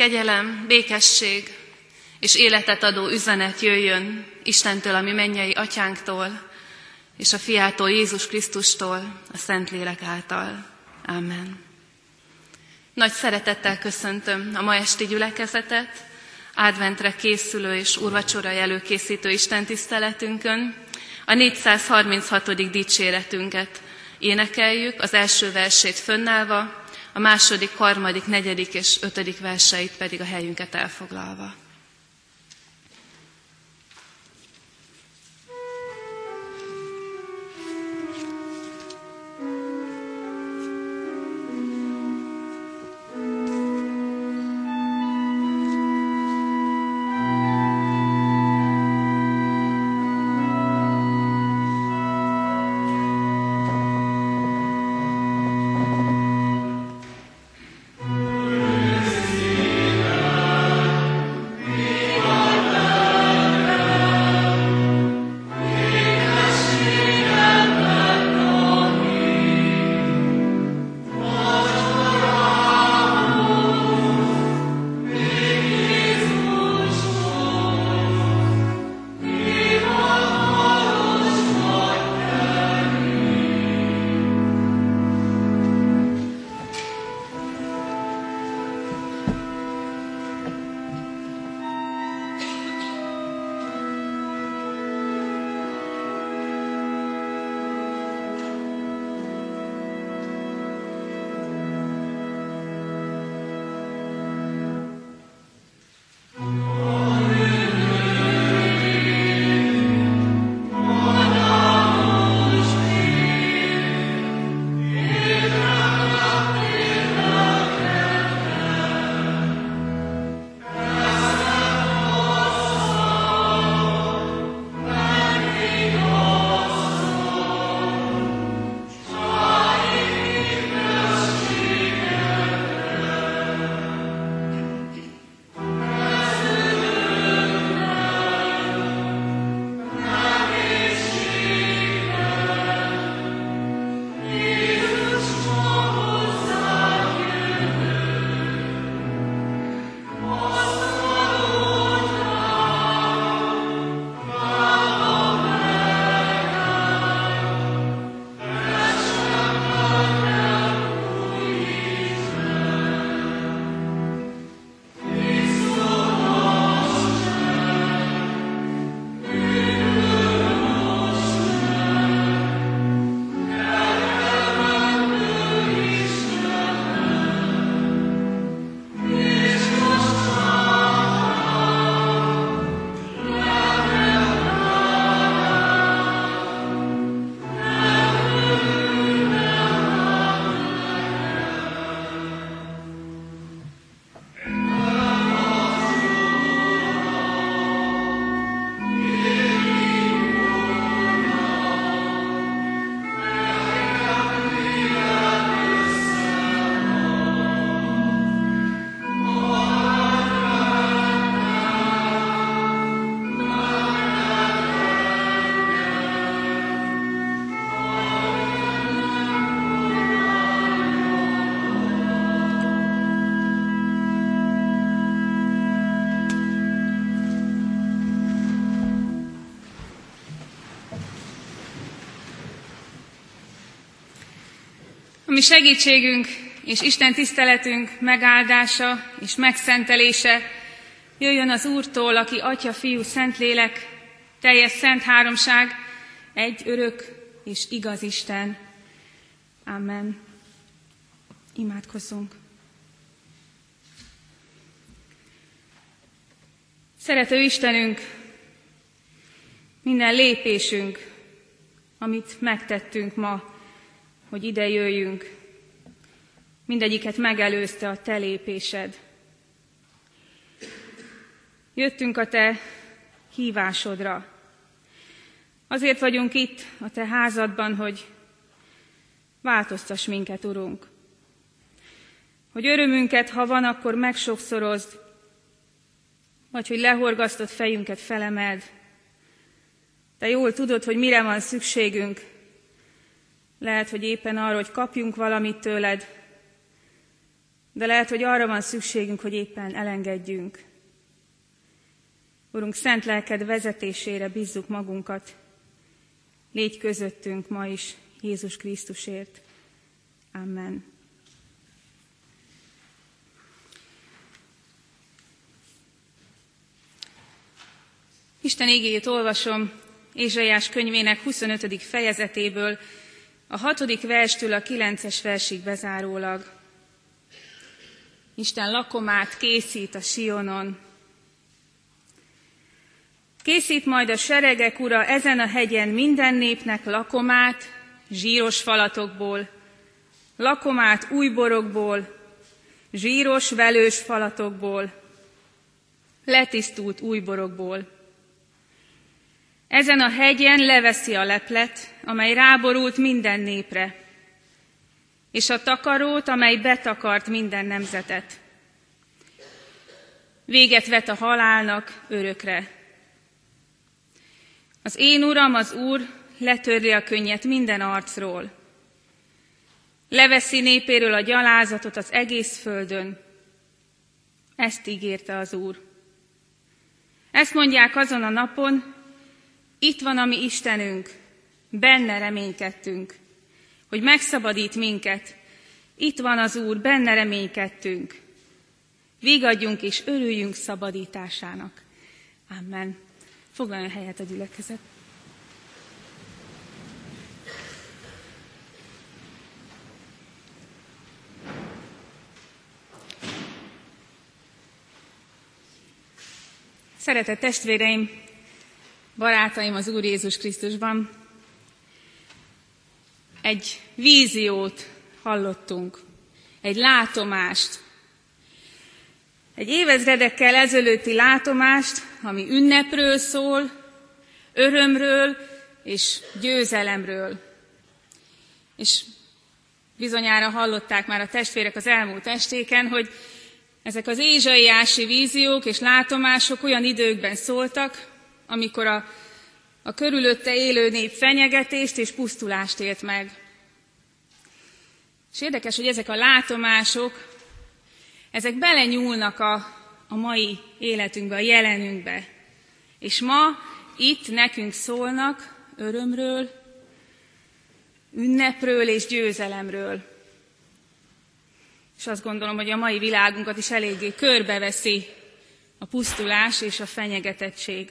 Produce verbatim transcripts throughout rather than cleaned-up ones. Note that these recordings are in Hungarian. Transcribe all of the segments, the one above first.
Kegyelem, békesség és életet adó üzenet jöjjön Istentől, ami mennyei Atyánktól, és a Fiától, Jézus Krisztustól, a Szentlélek által. Amen. Nagy szeretettel köszöntöm a ma esti gyülekezetet, adventre készülő és úrvacsorai előkészítő istentiszteletünkön. A négyszázharminchatodik dicséretünket énekeljük, az első versét fönnállva, a második, harmadik, negyedik és ötödik verseit pedig a helyünket elfoglalva. A mi segítségünk és Isten tiszteletünk megáldása és megszentelése jöjjön az Úrtól, aki Atya, Fiú, Szentlélek, teljes szent háromság, egy örök és igaz Isten. Amen. Imádkozzunk. Szerető Istenünk, minden lépésünk, amit megtettünk ma, hogy ide jöjjünk, mindegyiket megelőzte a Te lépésed. Jöttünk a Te hívásodra. Azért vagyunk itt a Te házadban, hogy változtass minket, Urunk. Hogy örömünket, ha van, akkor megsokszorozd, vagy hogy lehorgasztott fejünket felemeld. Te jól tudod, hogy mire van szükségünk. Lehet, hogy éppen arra, hogy kapjunk valamit tőled, de lehet, hogy arra van szükségünk, hogy éppen elengedjünk. Urunk, szent lelked vezetésére bízzuk magunkat. Légy közöttünk ma is Jézus Krisztusért. Amen. Isten igéjét olvasom Ézsaiás könyvének huszonötödik fejezetéből, a hatodik verstől a kilences versig bezárólag. Isten lakomát készít a Sionon. Készít majd a seregek ura ezen a hegyen minden népnek lakomát zsíros falatokból, lakomát új borokból, zsíros velős falatokból, letisztult új borokból. Ezen a hegyen leveszi a leplet, amely ráborult minden népre, és a takarót, amely betakart minden nemzetet. Véget vet a halálnak örökre. Az én Uram, az Úr letörli a könnyet minden arcról. Leveszi népéről a gyalázatot az egész földön. Ezt ígérte az Úr. Ezt mondják azon a napon, itt van a mi Istenünk, benne reménykedtünk, hogy megszabadít minket. Itt van az Úr, benne reménykedtünk. Vigadjunk és örüljünk szabadításának. Amen. Foglaljon helyet a gyülekezet. Szeretett testvéreim, barátaim az Úr Jézus Krisztusban, egy víziót hallottunk, egy látomást. Egy évezredekkel ezelőtti látomást, ami ünnepről szól, örömről és győzelemről. És bizonyára hallották már a testvérek az elmúlt estéken, hogy ezek az ézsaiási víziók és látomások olyan időkben szóltak, amikor a, a körülötte élő nép fenyegetést és pusztulást élt meg. És érdekes, hogy ezek a látomások, ezek belenyúlnak a, a mai életünkbe, a jelenünkbe. És ma itt nekünk szólnak örömről, ünnepről és győzelemről. És azt gondolom, hogy a mai világunkat is eléggé körbeveszi a pusztulás és a fenyegetettség.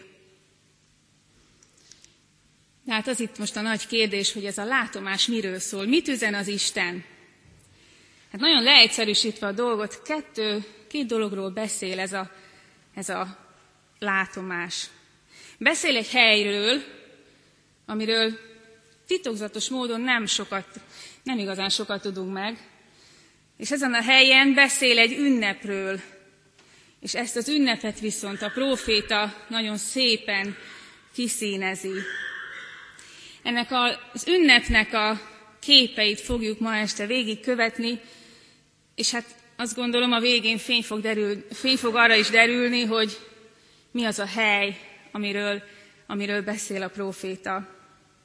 De hát az itt most a nagy kérdés, hogy ez a látomás miről szól, mit üzen az Isten? Hát nagyon leegyszerűsítve a dolgot, kettő, két dologról beszél ez a, ez a látomás. Beszél egy helyről, amiről titokzatos módon nem sokat, nem igazán sokat tudunk meg, és ezen a helyen beszél egy ünnepről, és ezt az ünnepet viszont a próféta nagyon szépen kiszínezi. Ennek az ünnepnek a képeit fogjuk ma este végigkövetni, és hát azt gondolom, a végén fény fog, derül, fény fog arra is derülni, hogy mi az a hely, amiről, amiről beszél a próféta.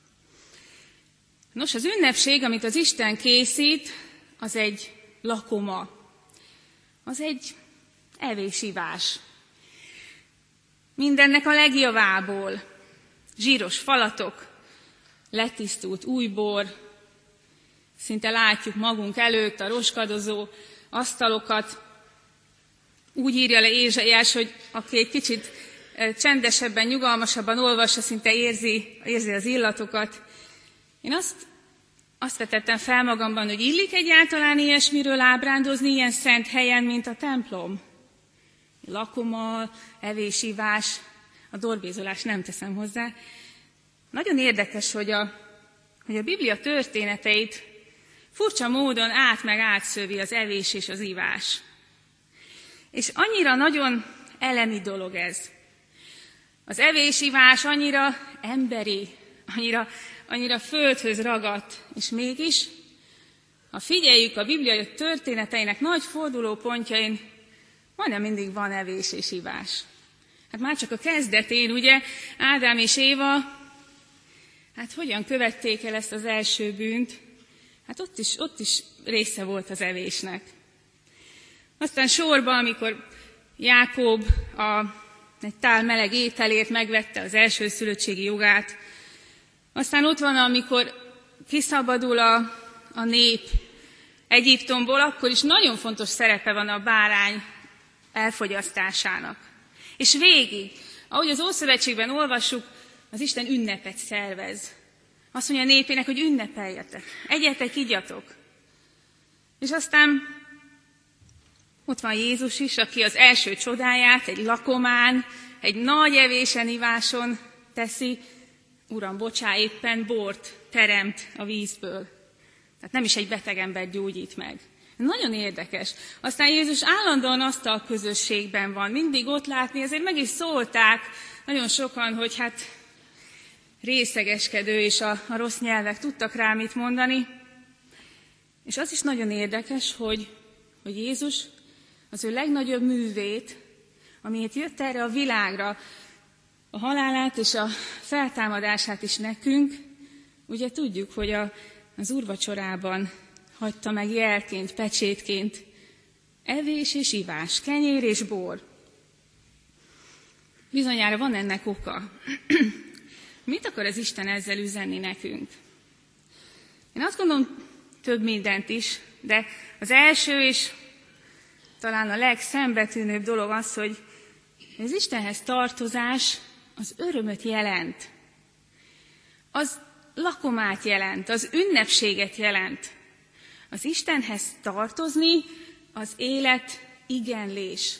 Nos, az ünnepség, amit az Isten készít, az egy lakoma, az egy evés-ivás. Mindennek a legjavából, zsíros falatok, letisztult új bor, szinte látjuk magunk előtt a roskadozó asztalokat. Úgy írja le Ézsaiás, hogy aki egy kicsit csendesebben, nyugalmasabban olvassa, szinte érzi, érzi az illatokat. Én azt, azt vetettem fel magamban, hogy illik egyáltalán ilyesmiről ábrándozni ilyen szent helyen, mint a templom. Lakoma, evés, ivás, a dorbézolás nem teszem hozzá. Nagyon érdekes, hogy a, hogy a Biblia történeteit furcsa módon át meg átszövi az evés és az ivás. És annyira nagyon elemi dolog ez. Az evés-ivás annyira emberi, annyira, annyira földhöz ragadt, és mégis, ha figyeljük a Biblia történeteinek nagy fordulópontjain, majdnem mindig van evés és ivás. Hát már csak a kezdetén, ugye, Ádám és Éva, hát hogyan követték el ezt az első bűnt? Hát ott is, ott is része volt az evésnek. Aztán sorban, amikor Jákob a, egy tál meleg ételért megvette az elsőszülöttségi jogát, aztán ott van, amikor kiszabadul a, a nép Egyiptomból, akkor is nagyon fontos szerepe van a bárány elfogyasztásának. És végig, ahogy az Ószövetségben olvassuk, az Isten ünnepet szervez. Azt mondja a népének, hogy ünnepeljetek, egyetek, igyatok. És aztán ott van Jézus is, aki az első csodáját egy lakomán, egy nagy evésen, iváson teszi. Uram, bocsá, éppen bort teremt a vízből. Tehát nem is egy beteg embert gyógyít meg. Nagyon érdekes. Aztán Jézus állandóan asztal közösségben van, mindig ott látni, ezért meg is szólták nagyon sokan, hogy hát részegeskedő, és a, a rossz nyelvek tudtak rá mit mondani. És az is nagyon érdekes, hogy, hogy Jézus az ő legnagyobb művét, amiért jött erre a világra, a halálát és a feltámadását is nekünk, ugye tudjuk, hogy a, az úrvacsorában hagyta meg jelként, pecsétként evés és ivás, kenyér és bor. Bizonyára van ennek oka. Mit akar az Isten ezzel üzenni nekünk? Én azt gondolom, több mindent is, de az első és talán a legszembetűnőbb dolog az, hogy az Istenhez tartozás az örömöt jelent. Az lakomát jelent, az ünnepséget jelent. Az Istenhez tartozni az élet igenlés.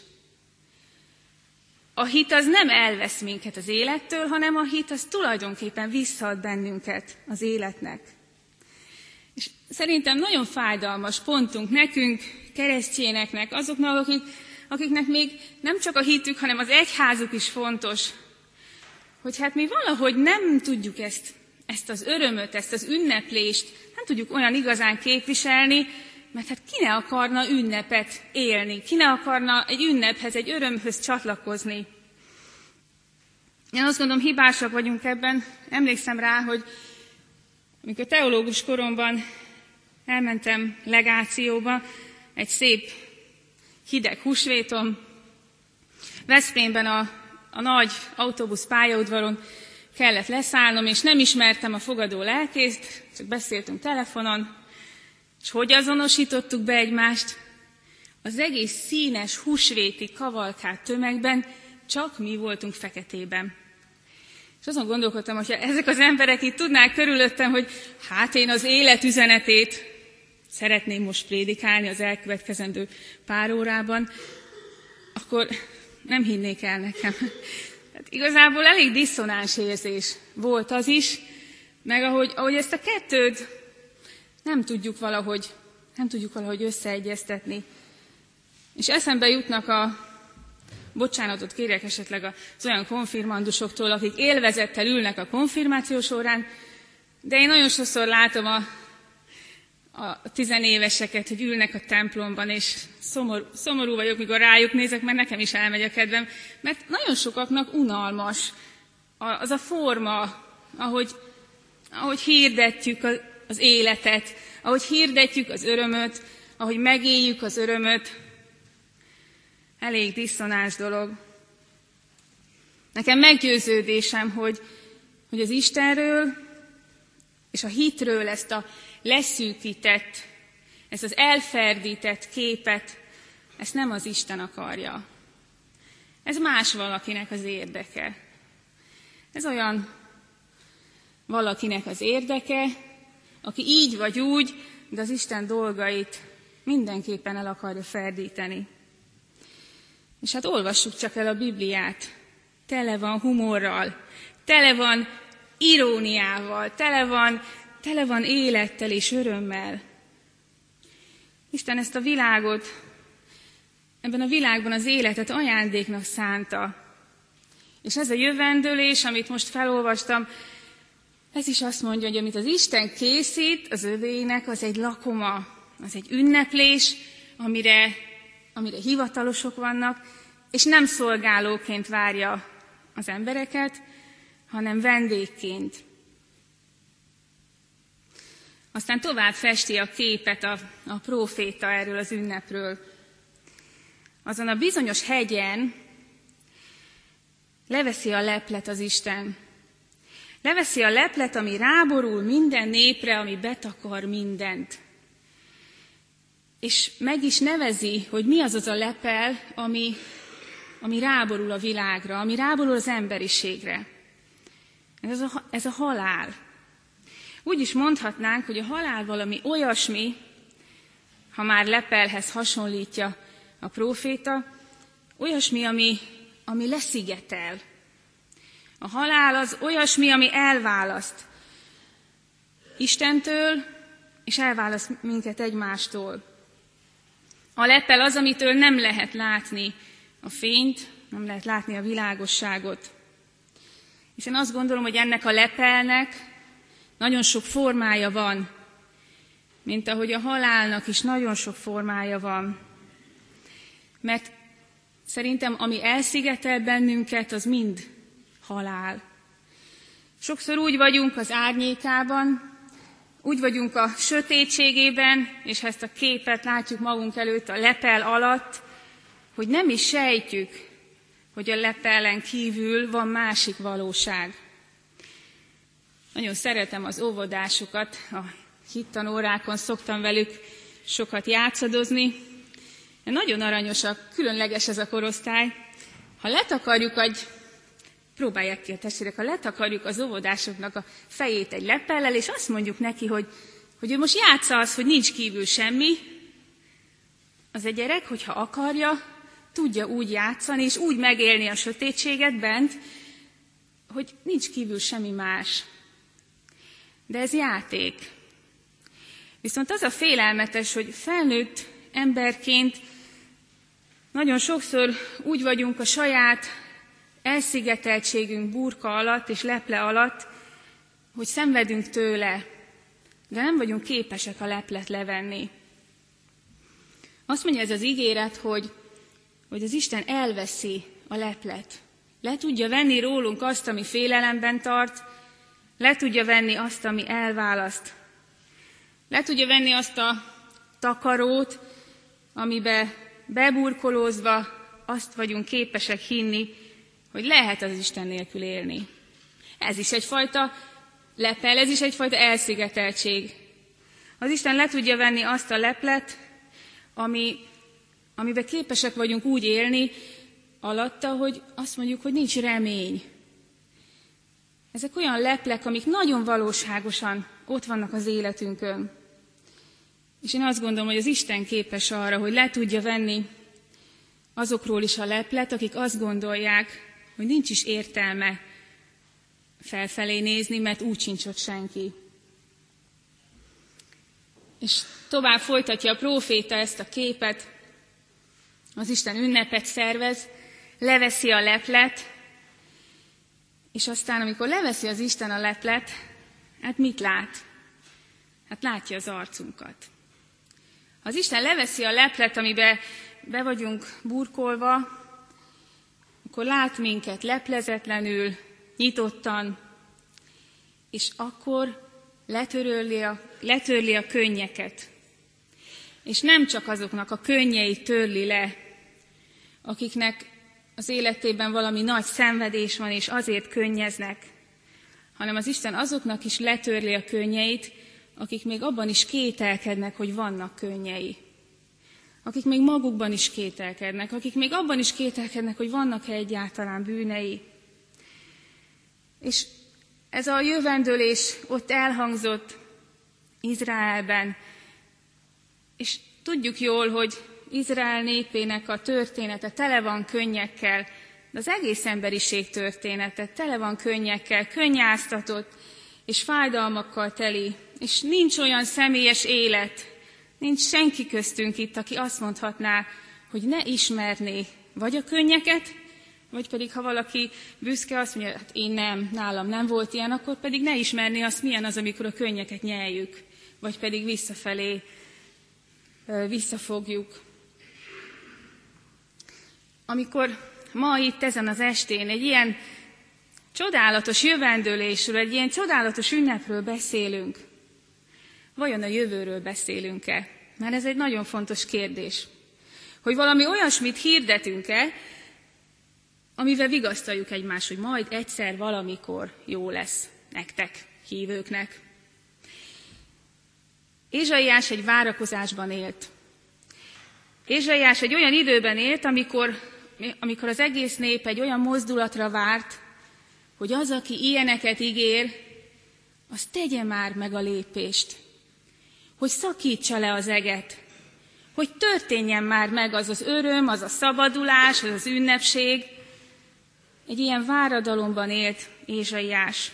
A hit az nem elvesz minket az élettől, hanem a hit az tulajdonképpen visszaad bennünket az életnek. És szerintem nagyon fájdalmas pontunk nekünk, keresztényeknek, azoknak, akik, akiknek még nem csak a hitük, hanem az egyházuk is fontos, hogy hát mi valahogy nem tudjuk ezt, ezt az örömöt, ezt az ünneplést, nem tudjuk olyan igazán képviselni, mert hát ki ne akarna ünnepet élni, ki ne akarna egy ünnephez, egy örömhöz csatlakozni. Én azt gondolom, hibásak vagyunk ebben. Emlékszem rá, hogy amikor teológus koromban elmentem legációba, egy szép hideg húsvéton, Veszprémben a, a nagy autóbusz pályaudvaron kellett leszállnom, és nem ismertem a fogadó lelkészt, csak beszéltünk telefonon, és hogy azonosítottuk be egymást? Az egész színes, húsvéti kavalkád tömegben csak mi voltunk feketében. És azon gondolkodtam, hogyha ezek az emberek itt tudnák körülöttem, hogy hát én az élet üzenetét szeretném most prédikálni az elkövetkezendő pár órában, akkor nem hinnék el nekem. Tehát igazából elég diszonáns érzés volt az is, meg ahogy, ahogy ezt a kettőt nem tudjuk valahogy, nem tudjuk valahogy összeegyeztetni. És eszembe jutnak a, bocsánatot kérek esetleg az olyan konfirmandusoktól, akik élvezettel ülnek a konfirmáció során, de én nagyon sokszor látom a, a tizenéveseket, hogy ülnek a templomban, és szomorú, szomorú vagyok, mikor rájuk nézek, mert nekem is elmegy a kedvem, mert nagyon sokaknak unalmas az a forma, ahogy, ahogy hirdetjük a, az életet, ahogy hirdetjük az örömöt, ahogy megéljük az örömöt. Elég diszonáns dolog. Nekem meggyőződésem, hogy, hogy az Istenről és a hitről ezt a leszűkített, ezt az elferdített képet, ezt nem az Isten akarja. Ez más valakinek az érdeke. Ez olyan valakinek az érdeke, aki így vagy úgy, de az Isten dolgait mindenképpen el akarja ferdíteni. És hát olvassuk csak el a Bibliát. Tele van humorral, tele van iróniával, tele van, tele van élettel és örömmel. Isten ezt a világot, ebben a világban az életet ajándéknak szánta. És ez a jövendőlés, amit most felolvastam, ez is azt mondja, hogy amit az Isten készít az övének, az egy lakoma, az egy ünneplés, amire, amire hivatalosok vannak, és nem szolgálóként várja az embereket, hanem vendégként. Aztán tovább festi a képet a, a próféta erről az ünnepről. azon a bizonyos hegyen leveszi a leplet az Isten. Leveszi a leplet, ami ráborul minden népre, ami betakar mindent. És meg is nevezi, hogy mi az az a lepel, ami, ami ráborul a világra, ami ráborul az emberiségre. Ez a, ez a halál. Úgy is mondhatnánk, hogy a halál valami olyasmi, ha már lepelhez hasonlítja a próféta, olyasmi, ami, ami leszigetel. A halál az olyasmi, ami elválaszt Istentől, és elválaszt minket egymástól. A lepel az, amitől nem lehet látni a fényt, nem lehet látni a világosságot. És én azt gondolom, hogy ennek a lepelnek nagyon sok formája van, mint ahogy a halálnak is nagyon sok formája van. Mert szerintem, ami elszigetel bennünket, az mind halál. Sokszor úgy vagyunk az árnyékában, úgy vagyunk a sötétségében, és ezt a képet látjuk magunk előtt a lepel alatt, hogy nem is sejtjük, hogy a lepelen kívül van másik valóság. Nagyon szeretem az óvodásokat, a hittanórákon szoktam velük sokat játszadozni. Nagyon aranyosak, különleges ez a korosztály. Ha letakarjuk egy, próbálják ki a testvérek, ha letakarjuk az óvodásoknak a fejét egy lepellel, és azt mondjuk neki, hogy, hogy ő most játsza az, hogy nincs kívül semmi, az egy gyerek, hogyha akarja, tudja úgy játszani, és úgy megélni a sötétséget bent, hogy nincs kívül semmi más. De ez játék. Viszont az a félelmetes, hogy felnőtt emberként nagyon sokszor úgy vagyunk a saját elszigeteltségünk burka alatt és leple alatt, hogy szenvedünk tőle, de nem vagyunk képesek a leplet levenni. Azt mondja ez az ígéret, hogy, hogy az Isten elveszi a leplet. Le tudja venni rólunk azt, ami félelemben tart, le tudja venni azt, ami elválaszt. Le tudja venni azt a takarót, amibe beburkolózva azt vagyunk képesek hinni, hogy lehet az Isten nélkül élni. Ez is egyfajta lepel, ez is egyfajta elszigeteltség. Az Isten le tudja venni azt a leplet, ami, amiben képesek vagyunk úgy élni alatta, hogy azt mondjuk, hogy nincs remény. Ezek olyan leplek, amik nagyon valóságosan ott vannak az életünkön. És én azt gondolom, hogy az Isten képes arra, hogy le tudja venni azokról is a leplet, akik azt gondolják, hogy nincs is értelme felfelé nézni, mert úgy sincs ott senki. És tovább folytatja a próféta ezt a képet, az Isten ünnepet szervez, leveszi a leplet, és aztán, amikor leveszi az Isten a leplet, hát mit lát? Hát látja az arcunkat. Az Isten leveszi a leplet, amiben be vagyunk burkolva, akkor lát minket leplezetlenül, nyitottan, és akkor letörli a, letörli a könnyeket. És nem csak azoknak a könnyeit törli le, akiknek az életében valami nagy szenvedés van, és azért könnyeznek, hanem az Isten azoknak is letörli a könnyeit, akik még abban is kételkednek, hogy vannak könnyei. Akik még magukban is kételkednek, akik még abban is kételkednek, hogy vannak-e egyáltalán bűnei. És ez a jövendőlés ott elhangzott Izraelben, és tudjuk jól, hogy Izrael népének a története tele van könnyekkel, de az egész emberiség története tele van könnyekkel, könnyáztatott és fájdalmakkal teli, és nincs olyan személyes élet, nincs senki köztünk itt, aki azt mondhatná, hogy ne ismerné vagy a könnyeket, vagy pedig ha valaki büszke azt mondja, hát én nem, nálam nem volt ilyen, akkor pedig ne ismerné azt, milyen az, amikor a könnyeket nyeljük, vagy pedig visszafelé visszafogjuk. Amikor ma itt ezen az estén egy ilyen csodálatos jövendőlésről, egy ilyen csodálatos ünnepről beszélünk, vajon a jövőről beszélünk-e? Mert ez egy nagyon fontos kérdés. Hogy valami olyasmit hirdetünk-e, amivel vigasztaljuk egymást, hogy majd egyszer valamikor jó lesz nektek, hívőknek. Ézsaiás egy várakozásban élt. Ézsaiás egy olyan időben élt, amikor, amikor az egész nép egy olyan mozdulatra várt, hogy az, aki ilyeneket ígér, az tegye már meg a lépést. Hogy szakítsa le az eget. Hogy történjen már meg az az öröm, az a szabadulás, az az ünnepség. Egy ilyen váradalomban élt Ézsaiás.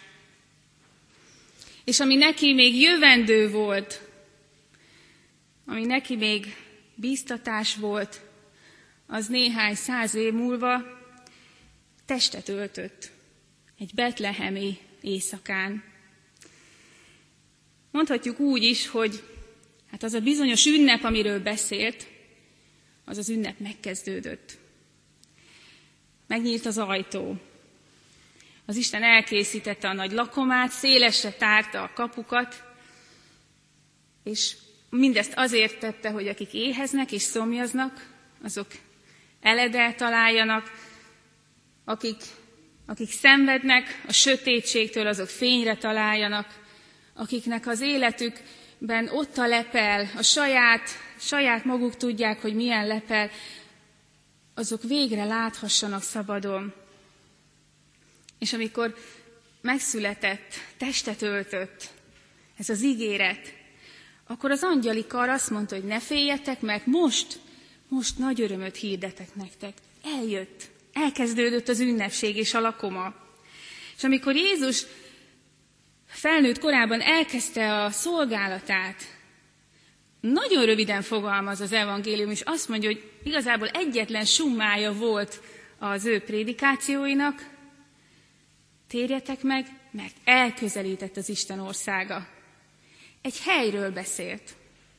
És ami neki még jövendő volt, ami neki még bíztatás volt, az néhány száz év múlva testet öltött egy betlehemi éjszakán. Mondhatjuk úgy is, hogy hát az a bizonyos ünnep, amiről beszélt, az az ünnep megkezdődött. Megnyílt az ajtó. Az Isten elkészítette a nagy lakomát, szélesre tárta a kapukat, és mindezt azért tette, hogy akik éheznek és szomjaznak, azok eledel találjanak, akik, akik szenvednek a sötétségtől, azok fényre találjanak, akiknek az életükben ott a lepel, a saját, saját maguk tudják, hogy milyen lepel, azok végre láthassanak szabadon. És amikor megszületett, testet öltött ez az ígéret, akkor az angyali kar azt mondta, hogy ne féljetek, mert most, most nagy örömöt hirdetek nektek. Eljött, elkezdődött az ünnepség és a lakoma. És amikor Jézus felnőtt korában elkezdte a szolgálatát, nagyon röviden fogalmaz az evangélium, és azt mondja, hogy igazából egyetlen summája volt az ő prédikációinak, térjetek meg, mert elközelített az Isten országa. Egy helyről beszélt.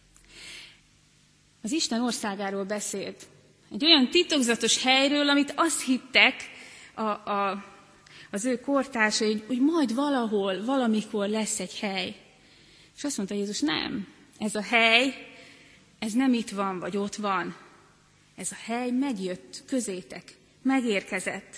Az Isten országáról beszélt. Egy olyan titokzatos helyről, amit azt hittek a, a, az ő kortársai, hogy, hogy majd valahol, valamikor lesz egy hely. És azt mondta Jézus, nem, ez a hely, ez nem itt van, vagy ott van. Ez a hely megjött közétek, megérkezett.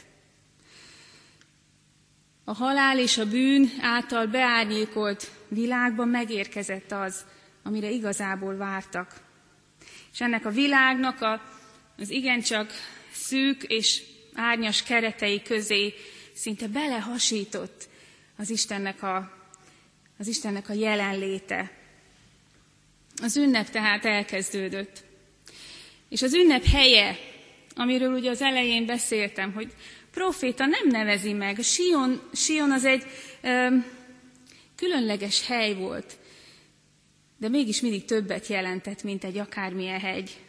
A halál és a bűn által beárnyékolt világban megérkezett az, amire igazából vártak. És ennek a világnak a, az igencsak szűk és árnyas keretei közé szinte belehasított az Istennek a, az Istennek a jelenléte. Az ünnep tehát elkezdődött. És az ünnep helye, amiről ugye az elején beszéltem, hogy proféta nem nevezi meg. Sion, Sion az egy ö, különleges hely volt, de mégis mindig többet jelentett, mint egy akármilyen hegy.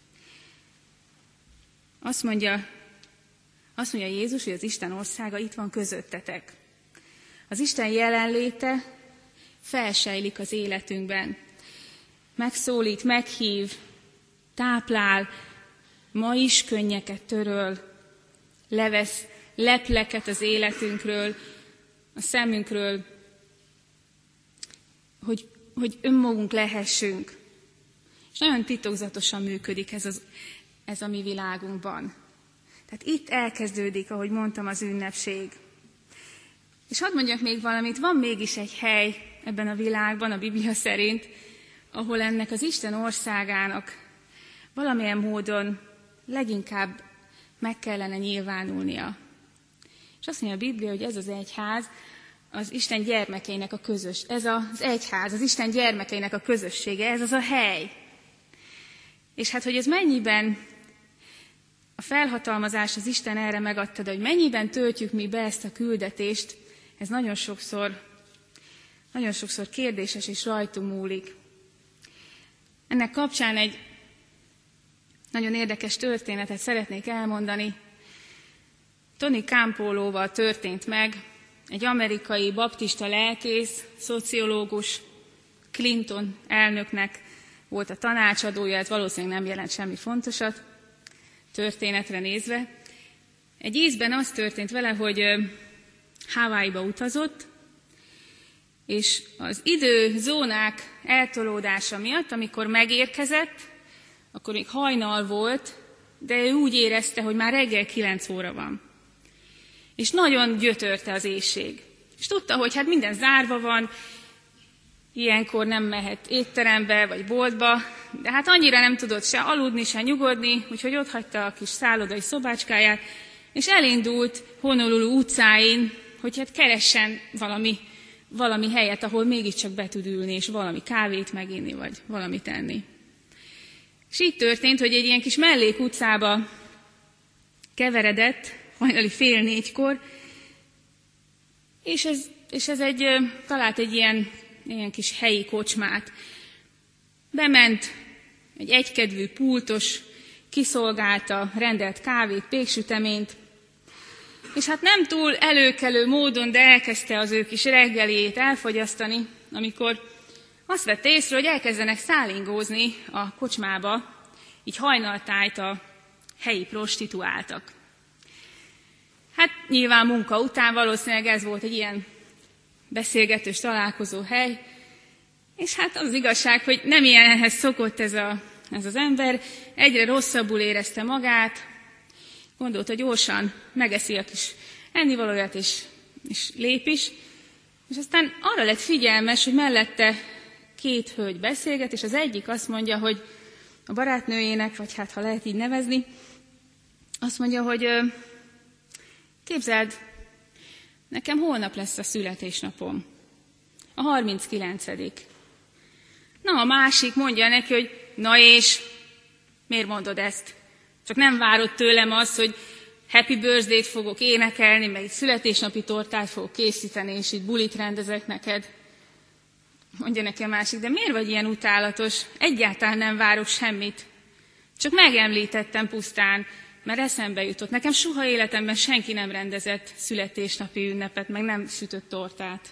Azt mondja, azt mondja Jézus, hogy az Isten országa itt van közöttetek. Az Isten jelenléte felsejlik az életünkben. Megszólít, meghív, táplál, ma is könnyeket töröl, levesz lepleket az életünkről, a szemünkről, hogy, hogy önmagunk lehessünk. És nagyon titokzatosan működik ez, az, ez a mi világunkban. Tehát itt elkezdődik, ahogy mondtam, az ünnepség. És hadd mondjak még valamit, van mégis egy hely ebben a világban, a Biblia szerint, ahol ennek az Isten országának valamilyen módon leginkább meg kellene nyilvánulnia. És azt mondja a Biblia, hogy ez az egyház az Isten gyermekeinek a közös, ez az egyház, az Isten gyermekeinek a közössége, ez az a hely. És hát, hogy ez mennyiben a felhatalmazás az Isten erre megadta, de hogy mennyiben töltjük mi be ezt a küldetést, ez nagyon sokszor, nagyon sokszor kérdéses és rajtunk múlik. Ennek kapcsán egy nagyon érdekes történetet szeretnék elmondani. Tony Campolóval történt meg, egy amerikai baptista lelkész, szociológus, Clinton elnöknek volt a tanácsadója, ez valószínűleg nem jelent semmi fontosat történetre nézve. Egy ízben az történt vele, hogy Hawaii-ba utazott, és az időzónák eltolódása miatt, amikor megérkezett, akkor még hajnal volt, de ő úgy érezte, hogy már reggel kilenc óra van. És nagyon gyötörte az éhség. És tudta, hogy hát minden zárva van, ilyenkor nem mehet étterembe vagy boltba, de hát annyira nem tudott se aludni, se nyugodni, úgyhogy ott hagyta a kis szállodai szobácskáját, és elindult Honolulu utcáin, hogy hát keressen valami, valami helyet, ahol mégiscsak be tud ülni, és valami kávét meginni, vagy valamit enni. És így történt, hogy egy ilyen kis mellék utcába keveredett, hajnali fél négykor, és ez, és ez egy, talált egy ilyen, ilyen kis helyi kocsmát. Bement, egy egykedvű pultos kiszolgálta, rendelt kávét, péksüteményt, és hát nem túl előkelő módon, de elkezdte az ő kis reggeljét elfogyasztani, amikor azt vette észre, hogy elkezdenek szállingózni a kocsmába, így hajnaltájt a helyi prostituáltak. Hát nyilván munka után valószínűleg ez volt egy ilyen beszélgetős találkozó hely, és hát az igazság, hogy nem ilyenhez szokott ez, a, ez az ember, egyre rosszabbul érezte magát, gondolta, hogy gyorsan megeszi a kis ennivalóját, és, és lép is, és aztán arra lett figyelmes, hogy mellette két hölgy beszélget, és az egyik azt mondja, hogy a barátnőjének, vagy hát ha lehet így nevezni, azt mondja, hogy képzeld, nekem holnap lesz a születésnapom, a harminckilencedik. Na, a másik mondja neki, hogy na és, miért mondod ezt? Csak nem várod tőlem azt, hogy happy birthday-t fogok énekelni, meg egy születésnapi tortát fogok készíteni, és itt bulit rendezek neked. Mondja neki a másik, de miért vagy ilyen utálatos? Egyáltalán nem várok semmit. Csak megemlítettem pusztán, mert eszembe jutott. Nekem soha életemben senki nem rendezett születésnapi ünnepet, meg nem sütött tortát.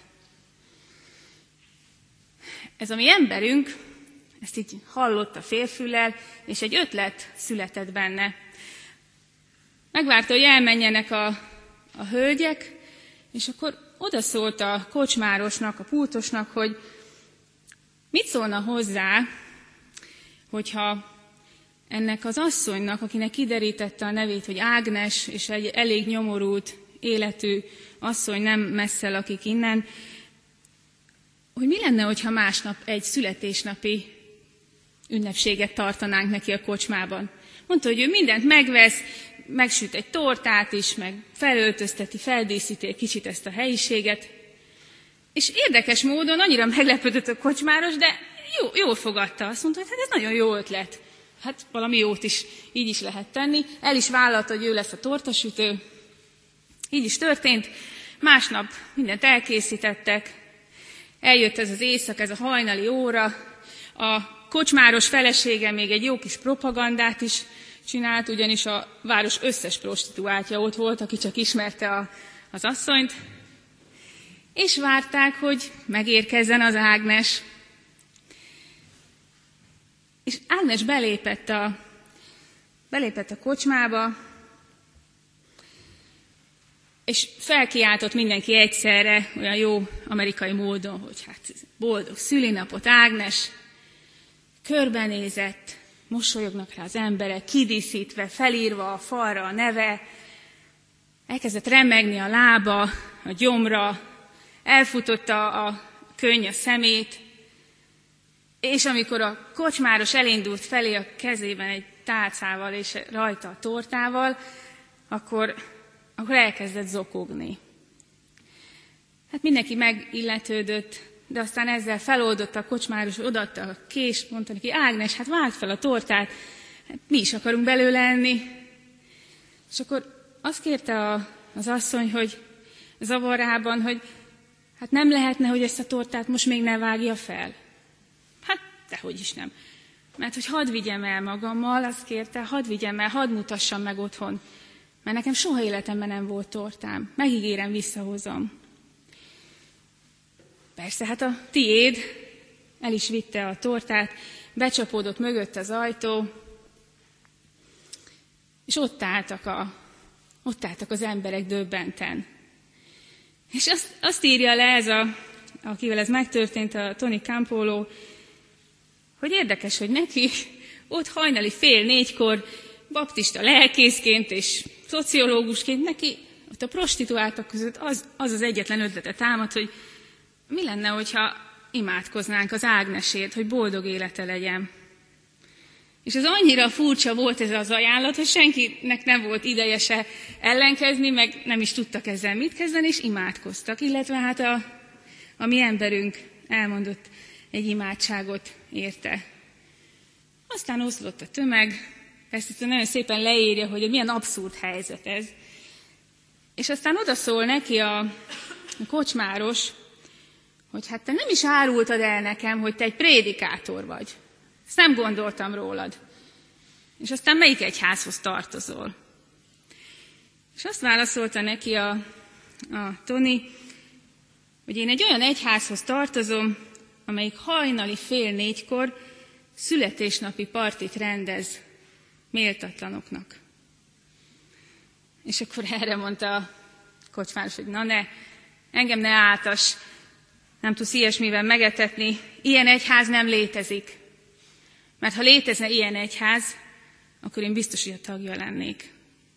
Ez a mi emberünk, ezt így hallotta félfüllel, és egy ötlet született benne. Megvárta, hogy elmenjenek a, a hölgyek, és akkor odaszólt a kocsmárosnak, a pultosnak, hogy mit szólna hozzá, hogyha ennek az asszonynak, akinek kiderítette a nevét, hogy Ágnes, és egy elég nyomorult életű asszony, nem messze lakik innen, hogy mi lenne, hogyha másnap egy születésnapi ünnepséget tartanánk neki a kocsmában. Mondta, hogy ő mindent megvesz, megsüt egy tortát is, meg felöltözteti, feldíszíti egy kicsit ezt a helyiséget. És érdekes módon annyira meglepődött a kocsmáros, de jó, jól fogadta. Azt mondta, hogy hát ez nagyon jó ötlet. Hát valami jót is így is lehet tenni. El is vállalta, hogy ő lesz a tortasütő. Így is történt. Másnap mindent elkészítettek. Eljött ez az éjszak, ez a hajnali óra. A kocsmáros felesége még egy jó kis propagandát is csinált, ugyanis a város összes prostituáltja ott volt, aki csak ismerte a, az asszonyt. És várták, hogy megérkezzen az Ágnes. És Ágnes belépett a, belépett a kocsmába, és felkiáltott mindenki egyszerre, olyan jó amerikai módon, hogy hát boldog szülinapot, Ágnes. Körbenézett, mosolyognak rá az emberek, kidíszítve, felírva a falra a neve, elkezdett remegni a lába, a gyomra, elfutotta a könny a szemét, és amikor a kocsmáros elindult felé a kezében egy tálcával és rajta a tortával, akkor, akkor elkezdett zokogni. Hát mindenki megilletődött, de aztán ezzel feloldotta a kocsmáros, odaadta a kést, mondta neki, Ágnes, hát vágd fel a tortát, hát mi is akarunk belőle enni. És akkor azt kérte a, az asszony, hogy zavarában, hogy hát nem lehetne, hogy ezt a tortát most még ne vágja fel. Hát, dehogy is nem. Mert hogy hadd vigyem el magammal, azt kérte, hadd vigyem el, hadd mutassam meg otthon. Mert nekem soha életemben nem volt tortám. Megígérem, visszahozom. Persze, hát a tiéd, el is vitte a tortát, becsapódott mögött az ajtó, és ott álltak, a, ott álltak az emberek döbbenten. És azt, azt írja le ez, a, akivel ez megtörtént, a Tony Campolo, hogy érdekes, hogy neki ott hajnali fél négykor baptista lelkészként és szociológusként neki ott a prostituáltak között az az, az egyetlen ötlete támad, hogy mi lenne, hogyha imádkoznánk az Ágnesért, hogy boldog élete legyen. És ez annyira furcsa volt ez az ajánlat, hogy senkinek nem volt ideje se ellenkezni, meg nem is tudtak ezzel mit kezdeni, és imádkoztak. Illetve hát a, a mi emberünk elmondott egy imádságot érte. Aztán oszlott a tömeg, ezt nagyon szépen leírja, hogy milyen abszurd helyzet ez. És aztán odaszól neki a, a kocsmáros, hogy hát te nem is árultad el nekem, hogy te egy prédikátor vagy. Ezt nem gondoltam rólad. És aztán melyik egyházhoz tartozol? És azt válaszolta neki a, a Toni, hogy én egy olyan egyházhoz tartozom, amelyik hajnali fél négykor születésnapi partit rendez méltatlanoknak. És akkor erre mondta a kocsmáros, hogy na ne, engem ne áltass, nem tudsz ilyesmivel megetetni, ilyen egyház nem létezik. Mert ha létezne ilyen egyház, akkor én biztos, hogy a tagja lennék.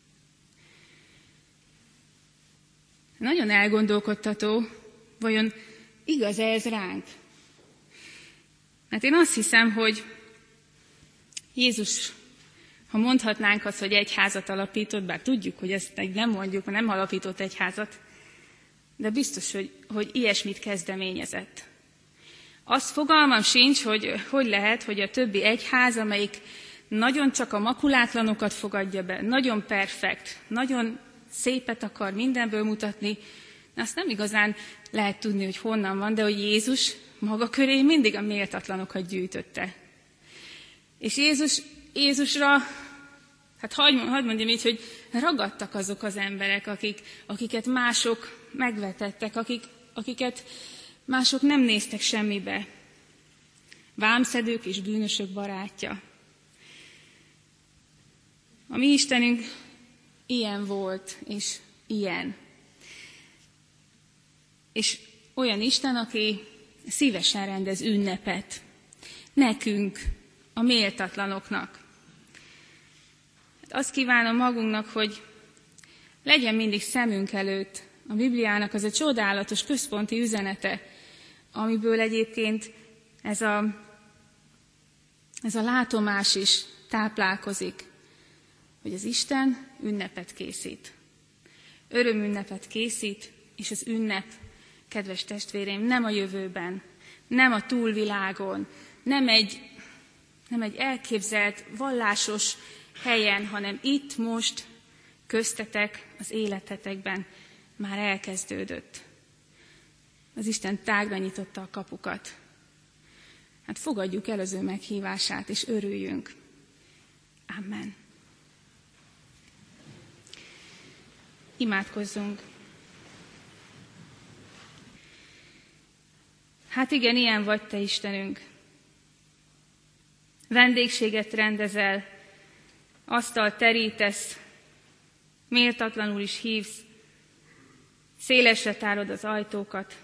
Nagyon elgondolkodtató, vajon igaz ez ránk? Mert én azt hiszem, hogy Jézus, ha mondhatnánk azt, hogy egyházat alapított, bár tudjuk, hogy ezt nem mondjuk, mert nem alapított egyházat, de biztos, hogy, hogy ilyesmit kezdeményezett. Azt fogalmam sincs, hogy hogy lehet, hogy a többi egyház, amelyik nagyon csak a makulátlanokat fogadja be, nagyon perfekt, nagyon szépet akar mindenből mutatni, azt nem igazán lehet tudni, hogy honnan van, de hogy Jézus maga köré mindig a méltatlanokat gyűjtötte. És Jézus, Jézusra, hát hadd mondjam így, hogy ragadtak azok az emberek, akik, akiket mások megvetettek, akik, akiket mások nem néztek semmibe. Vámszedők és bűnösök barátja. A mi Istenünk ilyen volt, és ilyen. És olyan Isten, aki szívesen rendez ünnepet. Nekünk, a méltatlanoknak. Azt kívánom magunknak, hogy legyen mindig szemünk előtt a Bibliának az a csodálatos központi üzenete, amiből egyébként ez a, ez a látomás is táplálkozik, hogy az Isten ünnepet készít. Örömünnepet készít, és az ünnep, kedves testvéreim, nem a jövőben, nem a túlvilágon, nem egy, nem egy elképzelt, vallásos helyen, hanem itt most, köztetek, az életetekben már elkezdődött. Az Isten tágra nyitotta a kapukat. Hát fogadjuk el az ő meghívását, és örüljünk. Amen. Imádkozzunk. Hát igen, ilyen vagy te, Istenünk. Vendégséget rendezel, asztalt terítesz, méltatlanul is hívsz, szélesre tárod az ajtókat.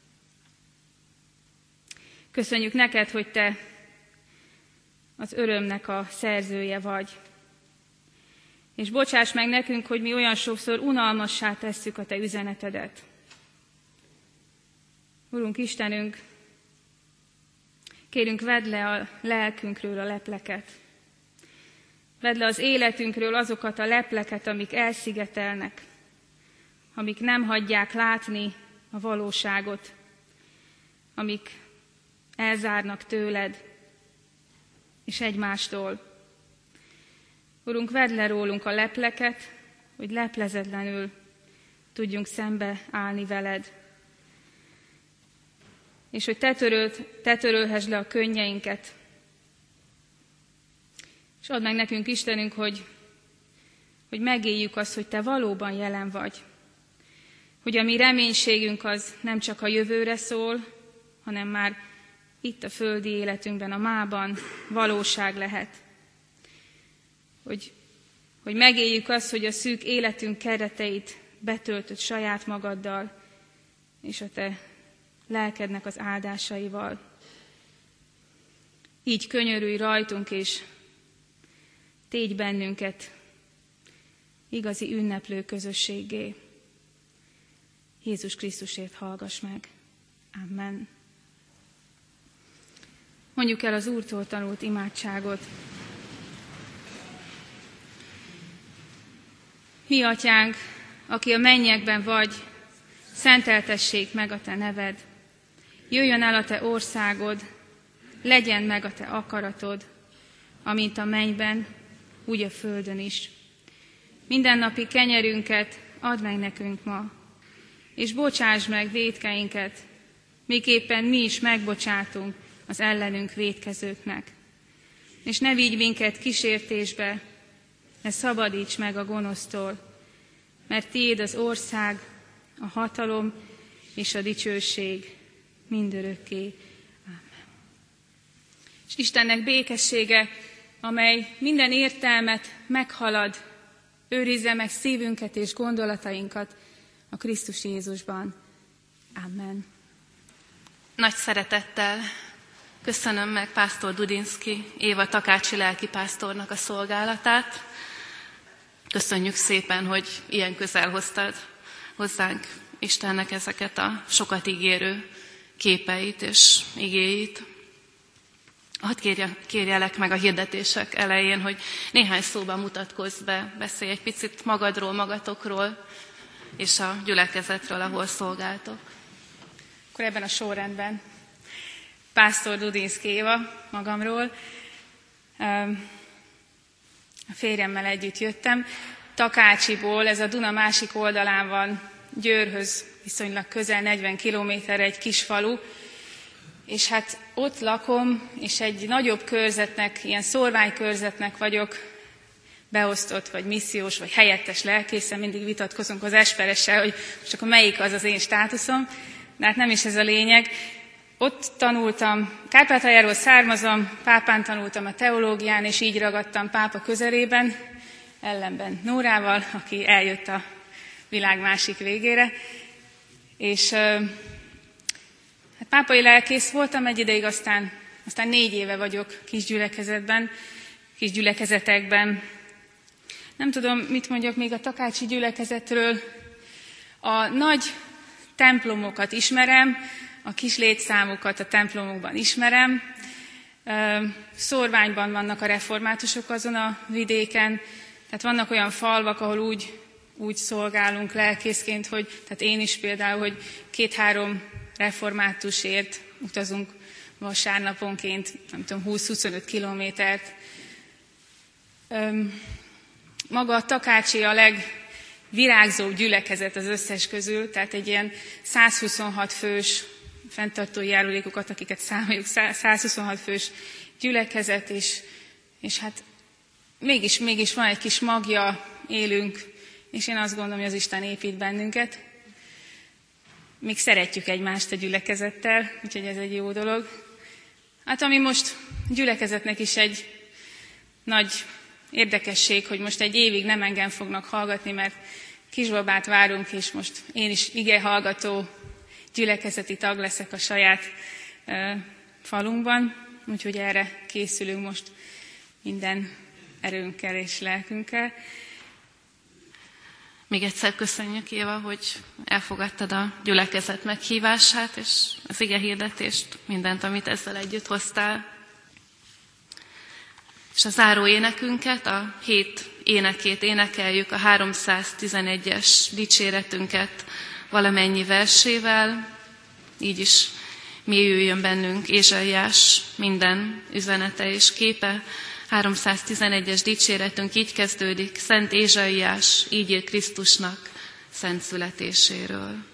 Köszönjük neked, hogy te az örömnek a szerzője vagy. És bocsáss meg nekünk, hogy mi olyan sokszor unalmassá tesszük a te üzenetedet. Urunk Istenünk, kérünk, vedd le a lelkünkről a lepleket. Vedd le az életünkről azokat a lepleket, amik elszigetelnek, amik nem hagyják látni a valóságot, amik elzárnak tőled és egymástól. Urunk, vedd le rólunk a lepleket, hogy leplezetlenül tudjunk szembe állni veled, és hogy te, töröld, te törölhesd le a könnyeinket, és add meg nekünk, Istenünk, hogy, hogy megéljük azt, hogy te valóban jelen vagy, hogy a mi reménységünk az nem csak a jövőre szól, hanem már itt a földi életünkben, a mában valóság lehet. Hogy, hogy megéljük azt, hogy a szűk életünk kereteit betöltött saját magaddal, és a te lelkednek az áldásaival. Így könyörülj rajtunk, és tégy bennünket igazi ünneplő közösséggé. Jézus Krisztusért hallgass meg. Amen. Mondjuk el az Úrtól tanult imádságot. Mi atyánk, aki a mennyekben vagy, szenteltessék meg a te neved. Jöjjön el a te országod, legyen meg a te akaratod, amint a mennyben, úgy a földön is. Mindennapi kenyerünket add meg nekünk ma, és bocsáss meg vétkeinket, miképpen mi is megbocsátunk az ellenünk vétkezőknek. És ne vigy minket kísértésbe, de szabadíts meg a gonosztól, mert tiéd az ország, a hatalom és a dicsőség mindörökké. Ámen. És Istennek békessége, amely minden értelmet meghalad, őrizze meg szívünket és gondolatainkat a Krisztus Jézusban. Amen. Nagy szeretettel köszönöm meg pásztor Dudinszki Éva Takácsi lelkipásztornak a szolgálatát. Köszönjük szépen, hogy ilyen közel hoztad hozzánk Istennek ezeket a sokat ígérő képeit és igéit. Hadd kérje, kérjelek meg a hirdetések elején, hogy néhány szóban mutatkozz be, beszélj egy picit magadról, magatokról, és a gyülekezetről, ahol szolgáltok. Akkor ebben a sorrendben. Pásztor Dudinszki Éva, magamról. A férjemmel együtt jöttem. Takácsiból, ez a Duna másik oldalán van, Győrhöz viszonylag közel negyven kilométerre egy kis falu, és hát ott lakom, és egy nagyobb körzetnek, ilyen szórványkörzetnek vagyok beosztott, vagy missziós, vagy helyettes lelkészen, mindig vitatkozunk az esperessel, hogy most akkor melyik az az én státuszom, de hát nem is ez a lényeg. Ott tanultam, Kárpátaljáról származom, pápán tanultam a teológián, és így ragadtam pápa közelében, ellenben Nórával, aki eljött a világ másik végére. És hát pápai lelkész voltam egy ideig, aztán, aztán négy éve vagyok kisgyülekezetben, kisgyülekezetekben. Nem tudom, mit mondjak még a takácsi gyülekezetről. A nagy templomokat ismerem, a kis létszámokat a templomokban ismerem. Szórványban vannak a reformátusok azon a vidéken, tehát vannak olyan falvak, ahol úgy, úgy szolgálunk lelkészként, hogy, tehát én is például, hogy két-három reformátusért utazunk vasárnaponként, nem tudom, húsz-huszonöt kilométert. Maga a Takácsi a legvirágzóbb gyülekezet az összes közül, tehát egy ilyen százhuszonhat fős fenntartói járulékokat, akiket számoljuk, százhuszonhat fős gyülekezet, és, és hát mégis, mégis van egy kis magja, élünk, és én azt gondolom, hogy az Isten épít bennünket. Még szeretjük egymást a gyülekezettel, úgyhogy ez egy jó dolog. Hát ami most gyülekezetnek is egy nagy érdekesség, hogy most egy évig nem engem fognak hallgatni, mert kisbabát várunk, és most én is igehallgató gyülekezeti tag leszek a saját e, falunkban, úgyhogy erre készülünk most minden erőnkkel és lelkünkkel. Még egyszer köszönjük, Éva, hogy elfogadtad a gyülekezet meghívását, és az igehirdetést, mindent, amit ezzel együtt hoztál. És a záró énekünket, a hét énekét énekeljük, a háromszáztizenegyes dicséretünket valamennyi versével, így is mélyüljön bennünk Ézsaiás minden üzenete és képe. háromszáztizenegyes dicséretünk így kezdődik: Szent Ézsaiás, így ír Krisztusnak szent születéséről.